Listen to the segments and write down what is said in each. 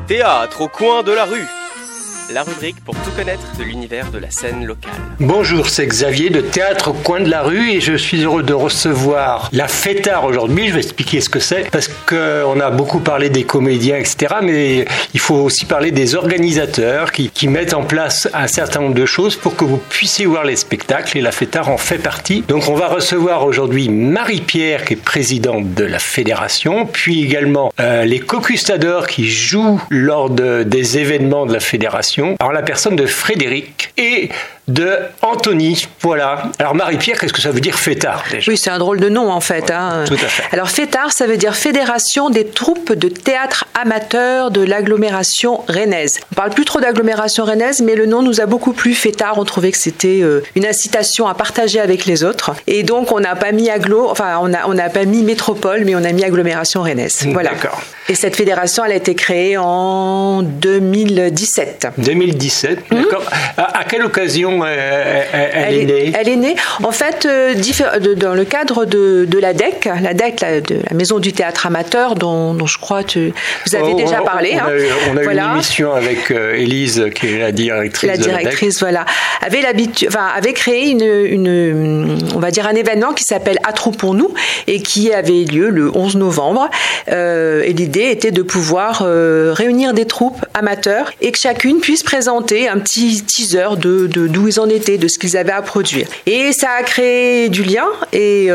Théâtre au coin de la rue. La rubrique pour tout connaître de l'univers de la scène locale. Bonjour, c'est Xavier de Théâtre au coin de la rue et je suis heureux de recevoir la Fêtard aujourd'hui. Je vais expliquer ce que c'est parce qu'on a beaucoup parlé des comédiens, etc. Mais il faut aussi parler des organisateurs qui mettent en place un certain nombre de choses pour que vous puissiez voir les spectacles et la Fêtard en fait partie. Donc on va recevoir aujourd'hui Marie-Pierre qui est présidente de la fédération, puis également les cocustadors qui jouent lors des événements de la fédération. Alors la personne de Frédéric et de Anthony. Voilà. Alors Marie-Pierre, qu'est-ce que ça veut dire Fêtard déjà ? Oui, c'est un drôle de nom en fait. Ouais, tout à fait. Alors Fêtard, ça veut dire Fédération des troupes de théâtre amateurs de l'agglomération rennaise. On parle plus trop d'agglomération rennaise, mais le nom nous a beaucoup plu. Fêtard, on trouvait que c'était une incitation à partager avec les autres. Et donc on n'a pas mis on n'a pas mis métropole, mais on a mis agglomération rennaise. Voilà. D'accord. Et cette fédération, elle a été créée en 2017. 2017, d'accord. À quelle occasion elle est née ? Elle est née, en fait, dans le cadre de la DEC, de la Maison du Théâtre Amateur, dont je crois que vous avez déjà parlé. On a eu une émission avec Élise, qui est la directrice de la DEC. La directrice, voilà. Avait créé on va dire un événement qui s'appelle Attroupons-nous et qui avait lieu le 11 novembre. Et l'idée était de pouvoir réunir des troupes amateurs et que chacune puisse présenter un petit teaser d'où ils en étaient, de ce qu'ils avaient à produire. Et ça a créé du lien et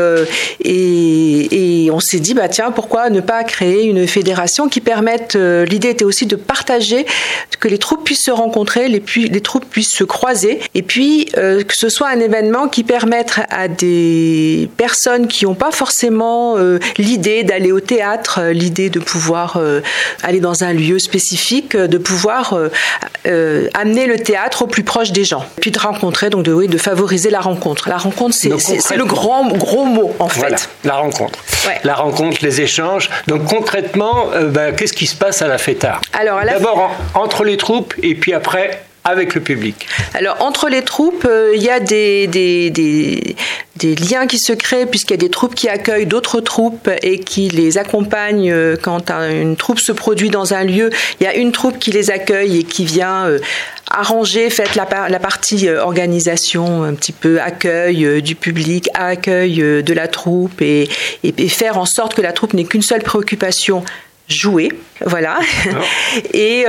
on s'est dit, tiens, pourquoi ne pas créer une fédération qui permette, l'idée était aussi de partager, que les troupes puissent se rencontrer, les troupes puissent se croiser et puis que ce soit un événement qui permette à des personnes qui n'ont pas forcément l'idée d'aller au théâtre, l'idée de pouvoir aller dans un lieu spécifique, de pouvoir amener le théâtre au plus proche des gens. Puis de rencontrer, donc de favoriser la rencontre. La rencontre, c'est le gros mot, en fait. Voilà, la rencontre. Ouais. La rencontre, les échanges. Donc concrètement, qu'est-ce qui se passe à la Fêtard ? Alors, d'abord, entre les troupes et puis après, avec le public. Alors, entre les troupes, il y a des liens qui se créent puisqu'il y a des troupes qui accueillent d'autres troupes et qui les accompagnent quand une troupe se produit dans un lieu. Il y a une troupe qui les accueille et qui vient arranger, la partie organisation, un petit peu accueil du public, accueil de la troupe et faire en sorte que la troupe n'ait qu'une seule préoccupation, jouer, voilà. Et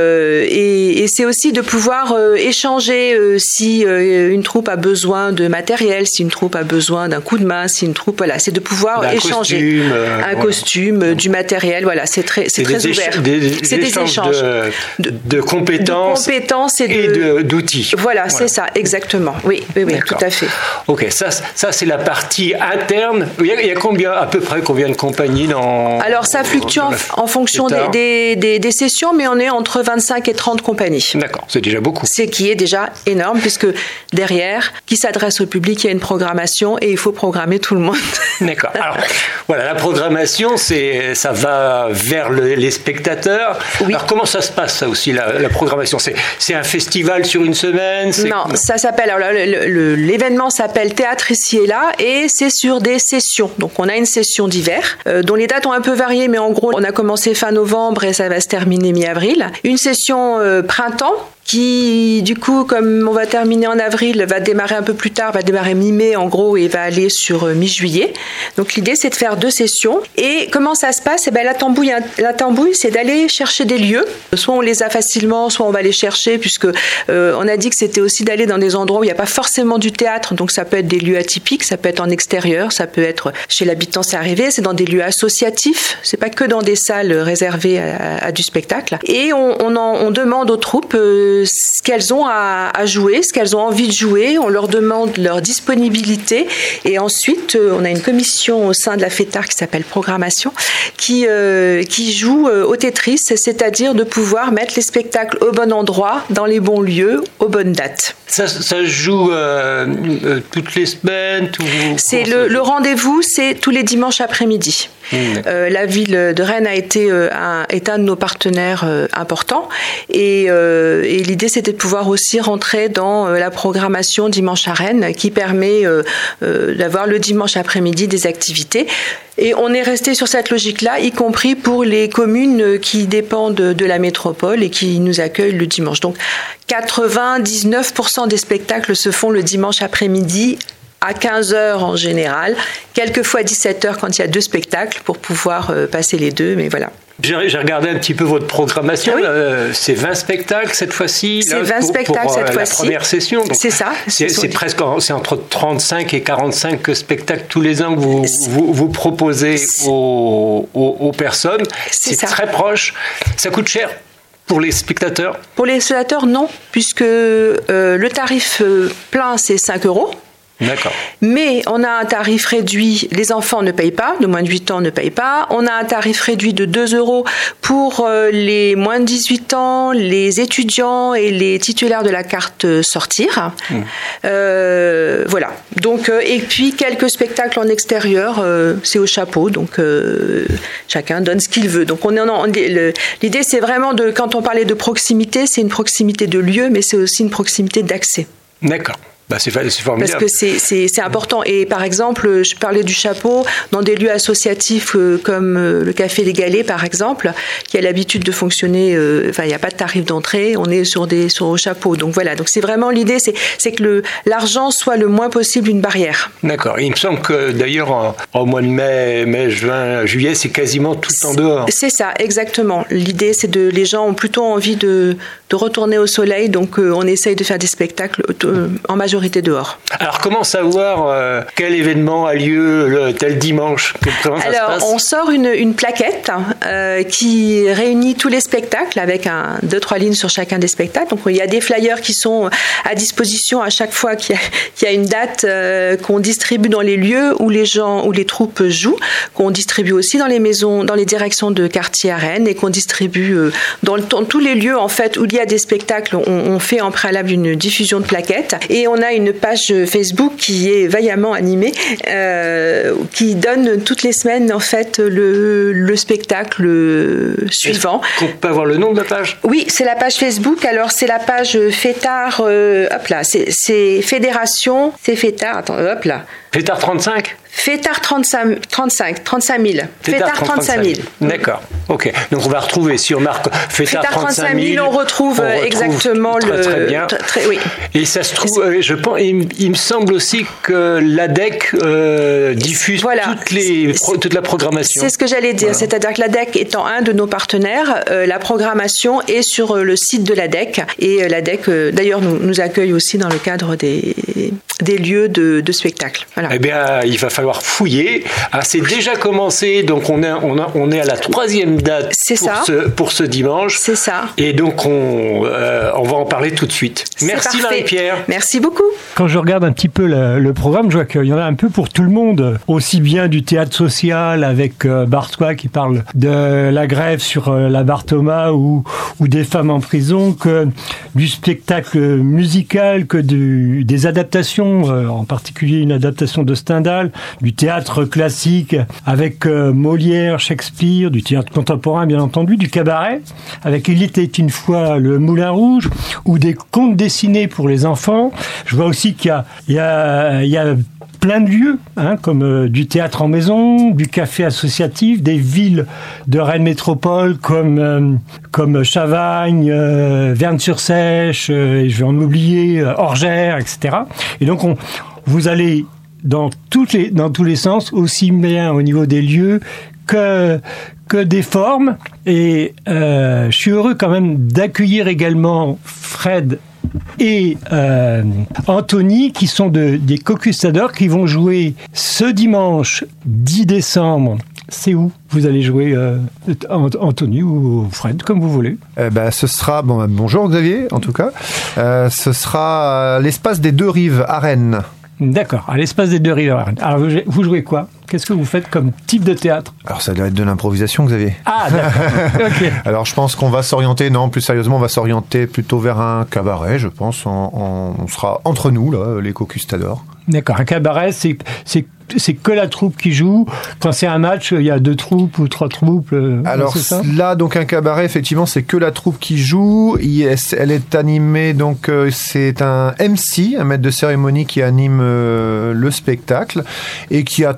c'est aussi de pouvoir échanger si une troupe a besoin de matériel, si une troupe a besoin d'un coup de main, si une troupe, c'est de pouvoir échanger costume, du matériel, c'est très ouvert. C'est des échanges de compétences et d'outils. Voilà, c'est ça, exactement. Oui, tout à fait. Ok, ça c'est la partie interne. Il y a à peu près combien de compagnies dans... Alors ça fluctue en fonction des sessions, mais on est entre 25 et 30 compagnies. D'accord, c'est déjà beaucoup. C'est qui est déjà énorme, puisque derrière, qui s'adresse au public, il y a une programmation et il faut programmer tout le monde. D'accord. Alors, voilà, la programmation, ça va vers les spectateurs. Oui. Alors, comment ça se passe, ça aussi, la programmation ? C'est un festival sur une semaine ? Non, ça s'appelle... Alors, l'événement s'appelle Théâtre ici et là, et c'est sur des sessions. Donc, on a une session d'hiver, dont les dates ont un peu varié, mais en gros, on a commencé fin novembre et ça va se terminer mi-avril. Une session printemps qui, du coup, comme on va terminer en avril, va démarrer un peu plus tard, va démarrer mi-mai en gros et va aller sur mi-juillet. Donc l'idée, c'est de faire 2 sessions. Et comment ça se passe ? La tambouille, c'est d'aller chercher des lieux. Soit on les a facilement, soit on va les chercher, puisque on a dit que c'était aussi d'aller dans des endroits où il n'y a pas forcément du théâtre. Donc ça peut être des lieux atypiques, ça peut être en extérieur, ça peut être chez l'habitant, c'est arrivé, c'est dans des lieux associatifs. C'est pas que dans des salles réservées à du spectacle. Et on demande aux troupes ce qu'elles ont à jouer, ce qu'elles ont envie de jouer. On leur demande leur disponibilité. Et ensuite, on a une commission au sein de la Fêtard qui s'appelle Programmation, qui joue au Tetris, c'est-à-dire de pouvoir mettre les spectacles au bon endroit, dans les bons lieux, aux bonnes dates. Ça se joue toutes les semaines C'est le rendez-vous, c'est tous les dimanches après-midi. La ville de Rennes est un de nos partenaires importants et l'idée c'était de pouvoir aussi rentrer dans la programmation Dimanche à Rennes qui permet d'avoir le dimanche après-midi des activités. Et on est resté sur cette logique-là, y compris pour les communes qui dépendent de la métropole et qui nous accueillent le dimanche. Donc 99% des spectacles se font le dimanche après-midi à 15h en général, quelquefois 17h quand il y a 2 spectacles pour pouvoir passer les 2, mais voilà. J'ai regardé un petit peu votre programmation. Ah oui. C'est 20 spectacles cette fois-ci. C'est 20 spectacles cette fois-ci. La première session. Donc c'est ça. C'est entre 35 et 45 spectacles tous les ans que vous proposez aux personnes. C'est très proche. Ça coûte cher pour les spectateurs? Pour les spectateurs, non, puisque le tarif plein, c'est 5 €. D'accord. Mais on a un tarif réduit, les enfants ne payent pas, de moins de 8 ans ne payent pas. On a un tarif réduit de 2 € pour les moins de 18 ans, les étudiants et les titulaires de la carte sortir. Voilà. Donc, et puis quelques spectacles en extérieur, c'est au chapeau, donc chacun donne ce qu'il veut. Donc l'idée c'est vraiment quand on parlait de proximité, c'est une proximité de lieu, mais c'est aussi une proximité d'accès. D'accord. C'est formidable. Parce que c'est important. Et par exemple, je parlais du chapeau, dans des lieux associatifs comme le Café des Galets, par exemple, qui a l'habitude de fonctionner, il n'y a pas de tarif d'entrée, on est sur au chapeau. Donc voilà, donc c'est vraiment l'idée, c'est que l'argent soit le moins possible une barrière. D'accord. Il me semble que d'ailleurs, au mois de mai, juin, juillet, c'est quasiment tout le temps dehors. C'est ça, exactement. L'idée, c'est les gens ont plutôt envie de retourner au soleil, donc on essaye de faire des spectacles en majorité dehors. Alors comment savoir quel événement a lieu tel dimanche? Comment ça se passe? On sort une plaquette qui réunit tous les spectacles avec 2-3 lignes sur chacun des spectacles. Donc il y a des flyers qui sont à disposition à chaque fois qu'il y a une date qu'on distribue dans les lieux où les troupes jouent, qu'on distribue aussi dans les maisons, dans les directions de quartier à Rennes et qu'on distribue dans tous les lieux en fait où il y a des spectacles. On fait en préalable une diffusion de plaquettes et on a une page Facebook qui est vaillamment animée, qui donne toutes les semaines en fait le spectacle suivant. On peut avoir le nom de la page? Oui, c'est la page Facebook. Alors c'est la page Fêtard. C'est Fédération. C'est Fêtard. Attends, hop là. Fêtard 35. Fêtard 35 000. Fêtard 35 000. D'accord. Ok. Donc on va retrouver sur marque Fêtard 35 000. On retrouve exactement très bien. Oui. Et ça se trouve, je pense, il me semble aussi que l'ADEC diffuse toute la programmation. C'est ce que j'allais dire. Voilà. C'est-à-dire que l'ADEC étant un de nos partenaires, la programmation est sur le site de l'ADEC. Et l'ADEC, d'ailleurs, nous accueille aussi dans le cadre des lieux de spectacle. Voilà. Eh bien, il va falloir fouiller. C'est déjà commencé, donc on est à la 3e date pour ce dimanche. C'est ça. Et donc on va en parler tout de suite. Merci Marie-Pierre. Merci beaucoup. Quand je regarde un petit peu le programme, je vois qu'il y en a un peu pour tout le monde. Aussi bien du théâtre social avec Bartois qui parle de la grève sur la barre Thomas ou des femmes en prison, que du spectacle musical, que des adaptations, en particulier une adaptation de Stendhal, du théâtre classique avec Molière, Shakespeare, du théâtre contemporain bien entendu, du cabaret avec Il était une fois le Moulin Rouge, ou des contes dessinés pour les enfants. Je vois aussi qu'il y a plein de lieux, comme du théâtre en maison, du café associatif, des villes de Rennes Métropole comme Chavagne, Verne-sur-Sèche, et je vais en oublier, Orgères, etc. Et donc vous allez dans tous les sens, aussi bien au niveau des lieux que des formes. Et je suis heureux quand même d'accueillir également Fred et Anthony, qui sont des co-custodeurs, qui vont jouer ce dimanche 10 décembre. C'est où vous allez jouer, Anthony ou Fred, comme vous voulez? Ce sera, bonjour Xavier, en tout cas. Ce sera l'espace des Deux Rives à Rennes. D'accord, à l'espace des Deux Rives à Rennes. Alors vous jouez quoi? Qu'est-ce que vous faites comme type de théâtre? Alors ça doit être de l'improvisation, Xavier. Ah, d'accord. Okay. Alors je pense qu'on va s'orienter, plus sérieusement, on va s'orienter plutôt vers un cabaret, je pense. On sera entre nous, là, les co-custodeurs. D'accord, un cabaret, c'est que la troupe qui joue. Quand c'est un match, il y a 2 troupes ou 3 troupes. Alors c'est ça? Là, donc un cabaret, effectivement, c'est que la troupe qui joue. Elle est animée, donc c'est un MC, un maître de cérémonie qui anime le spectacle et qui a travaillé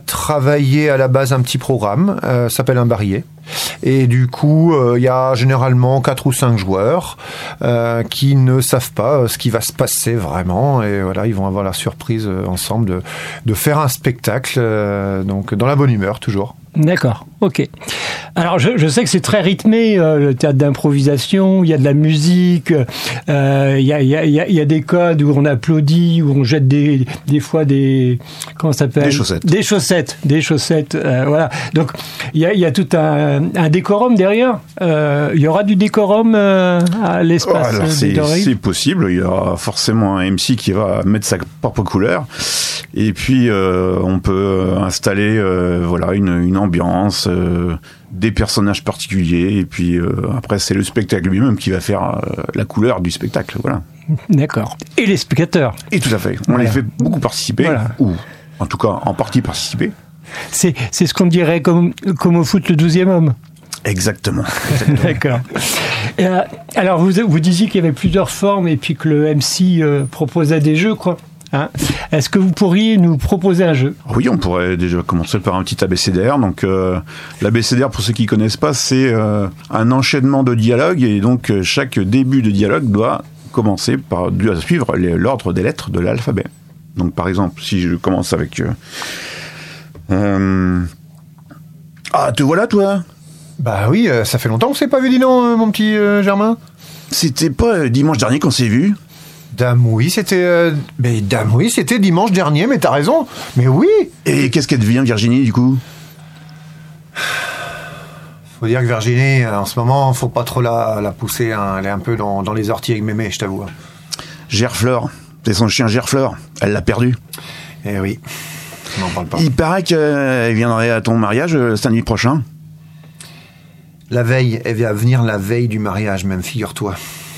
travailler à la base un petit programme, ça s'appelle un barillet. Et du coup, il y a généralement 4 ou 5 joueurs qui ne savent pas ce qui va se passer vraiment. Et voilà, ils vont avoir la surprise ensemble de faire un spectacle, donc dans la bonne humeur toujours. D'accord, ok. Alors je sais que c'est très rythmé, le théâtre d'improvisation, il y a de la musique, il y a des codes où on applaudit, où on jette des fois des... Comment ça s'appelle ? Des chaussettes, voilà. Donc il y a tout un décorum derrière. Il y aura du décorum à l'espace de Rive. C'est possible, il y aura forcément un MC qui va mettre sa propre couleur. Et puis on peut installer une ambiance, des personnages particuliers, et puis après c'est le spectacle lui-même qui va faire la couleur du spectacle, voilà. D'accord. Et les spectateurs. Et tout à fait. On les fait beaucoup participer, ou en tout cas en partie participer. C'est ce qu'on dirait comme au foot le 12e homme. Exactement. D'accord. Alors vous disiez qu'il y avait plusieurs formes et puis que le MC proposait des jeux, quoi. Hein ? Est-ce que vous pourriez nous proposer un jeu ? Oui, on pourrait déjà commencer par un petit abécédaire. Donc, l'abécédaire, pour ceux qui ne connaissent pas, c'est un enchaînement de dialogues. Et donc, chaque début de dialogue doit commencer doit suivre l'ordre des lettres de l'alphabet. Donc, par exemple, si je commence avec... Ah, te voilà, toi ? Bah oui, ça fait longtemps qu'on s'est pas vu, dis donc, mon petit Germain. C'était pas dimanche dernier qu'on s'est vu ? Dame, oui, c'était dimanche dernier, mais t'as raison. Mais oui. Et qu'est-ce qu'elle devient, Virginie, du coup ? Faut dire que Virginie, en ce moment, faut pas trop la pousser. Hein. Elle est un peu dans les orties avec mémé, je t'avoue. Gerfleur, c'est son chien Gerfleur. Elle l'a perdu. Eh oui, on n'en parle pas. Il paraît qu'elle viendrait à ton mariage samedi prochain. La veille, elle va venir la veille du mariage, même, figure-toi.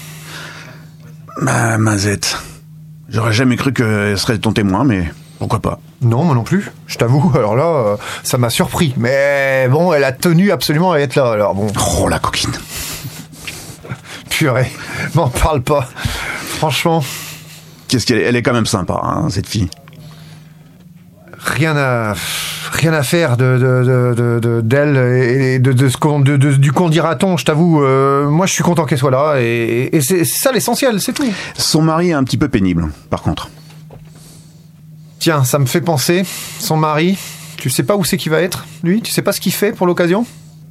Mazette. J'aurais jamais cru qu'elle serait ton témoin, mais pourquoi pas. Non, moi non plus. Je t'avoue, alors là, ça m'a surpris. Mais bon, elle a tenu absolument à être là, alors bon. Oh, la coquine. Purée, m'en parle pas. Franchement. Qu'est-ce qu'elle est ? Elle est quand même sympa, hein, cette fille. Rien à faire d'elle et du qu'on dira-t-on, je t'avoue. Moi, je suis content qu'elle soit là et c'est ça l'essentiel, c'est tout. Son mari est un petit peu pénible, par contre. Tiens, ça me fait penser, son mari, tu sais pas où c'est qu'il va être, lui ? Tu sais pas ce qu'il fait pour l'occasion ?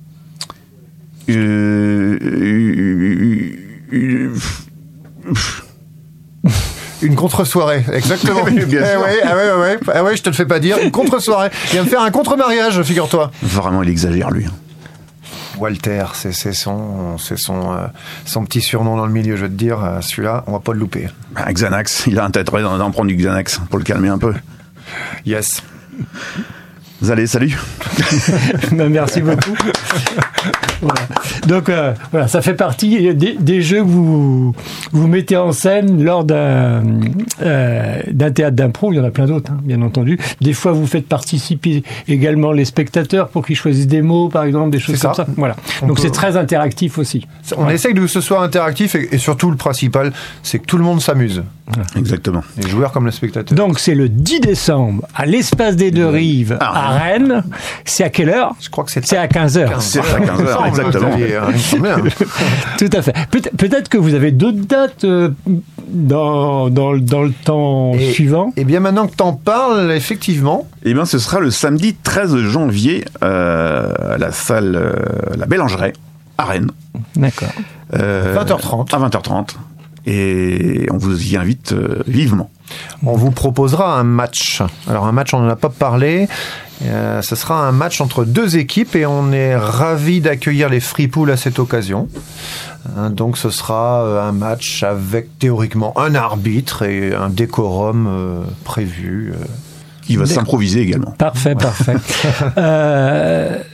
Une contre-soirée, exactement. Bien sûr. Ouais, je te le fais pas dire. Une contre-soirée. Il vient me faire un contre-mariage, figure-toi. Vraiment, il exagère, lui. Walter, c'est son petit surnom dans le milieu, je veux te dire. Celui-là, on va pas le louper. Xanax, il a intérêt d'en prendre du Xanax pour le calmer un peu. Yes. Allez, salut. Merci beaucoup. Voilà. Donc voilà, ça fait partie des jeux que vous mettez en scène lors d'un théâtre d'impro. Il y en a plein d'autres, hein, bien entendu. Des fois, vous faites participer également les spectateurs pour qu'ils choisissent des mots, par exemple, des choses comme ça. Voilà. Donc c'est très interactif aussi. On essaye que ce soit interactif et surtout le principal, c'est que tout le monde s'amuse. Voilà. Exactement. Les joueurs comme les spectateurs. Donc c'est le 10 décembre à l'Espace des Deux Rives à Rennes. C'est à quelle heure ? Je crois que c'est à 15h. C'est à 15h, exactement. Tout à fait. Peut-être que vous avez d'autres dates dans le temps suivant. Et bien maintenant que t'en parles, effectivement. Eh bien, ce sera le samedi 13 janvier à la salle La Bélangeraie à Rennes. D'accord. 20h30. À 20h30. Et on vous y invite vivement. On vous proposera un match. Alors un match, on n'en a pas parlé. Ce sera un match entre deux équipes et on est ravis d'accueillir les Fripoules à cette occasion. Donc ce sera un match avec théoriquement un arbitre et un décorum prévu. Qui va s'improviser également. Parfait.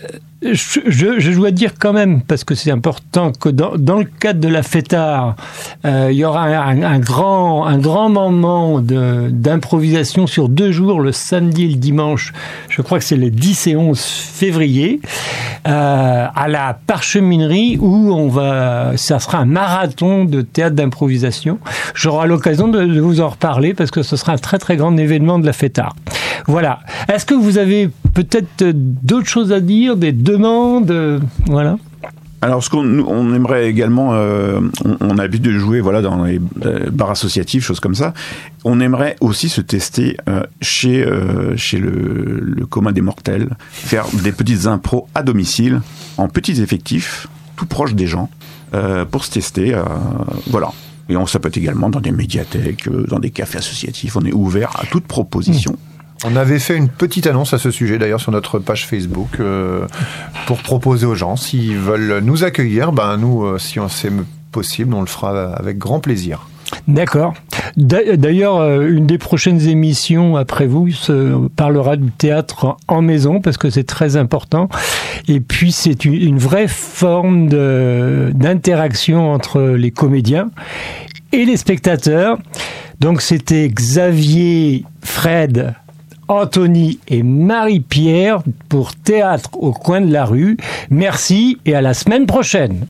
Je dois dire quand même, parce que c'est important, que dans le cadre de la fêtard, il y aura un grand moment d'improvisation sur 2 jours, le samedi et le dimanche. Je crois que c'est les 10 et 11 février, à la Parcheminerie, où ça sera un marathon de théâtre d'improvisation. J'aurai l'occasion de vous en reparler, parce que ce sera un très très grand événement de la fêtard. Voilà. Est-ce que vous avez peut-être d'autres choses à dire, des demandes, voilà. Alors, ce qu'on aimerait également, on a l'habitude de jouer, voilà, dans les bars associatifs, choses comme ça. On aimerait aussi se tester chez le commun des mortels, faire des petites impros à domicile, en petits effectifs, tout proche des gens, pour se tester, voilà. Et ça peut être également dans des médiathèques, dans des cafés associatifs. On est ouvert à toute proposition. On avait fait une petite annonce à ce sujet, d'ailleurs, sur notre page Facebook, pour proposer aux gens, s'ils veulent nous accueillir, nous, si c'est possible, on le fera avec grand plaisir. D'accord. D'ailleurs, une des prochaines émissions après vous parlera du théâtre en maison, parce que c'est très important. Et puis, c'est une vraie forme d'interaction entre les comédiens et les spectateurs. Donc, c'était Xavier, Fred, Anthony et Marie-Pierre pour Théâtre au coin de la rue. Merci et à la semaine prochaine.